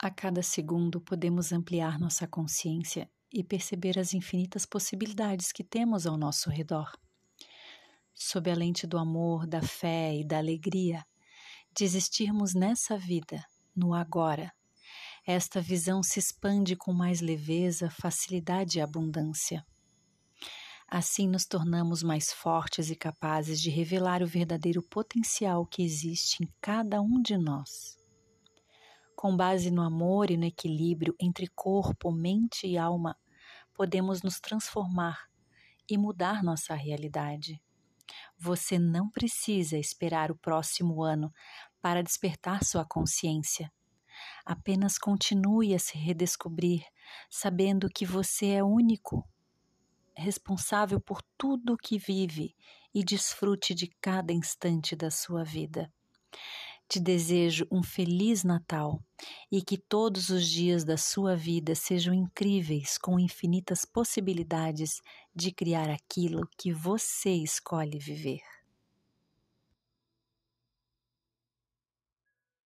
A cada segundo podemos ampliar nossa consciência e perceber as infinitas possibilidades que temos ao nosso redor. Sob a lente do amor, da fé e da alegria, de existirmos nessa vida, no agora, esta visão se expande com mais leveza, facilidade e abundância. Assim nos tornamos mais fortes e capazes de revelar o verdadeiro potencial que existe em cada um de nós. Com base no amor e no equilíbrio entre corpo, mente e alma, podemos nos transformar e mudar nossa realidade. Você não precisa esperar o próximo ano para despertar sua consciência. Apenas continue a se redescobrir, sabendo que você é único, responsável por tudo o que vive e desfrute de cada instante da sua vida. Te desejo um feliz Natal e que todos os dias da sua vida sejam incríveis, com infinitas possibilidades de criar aquilo que você escolhe viver.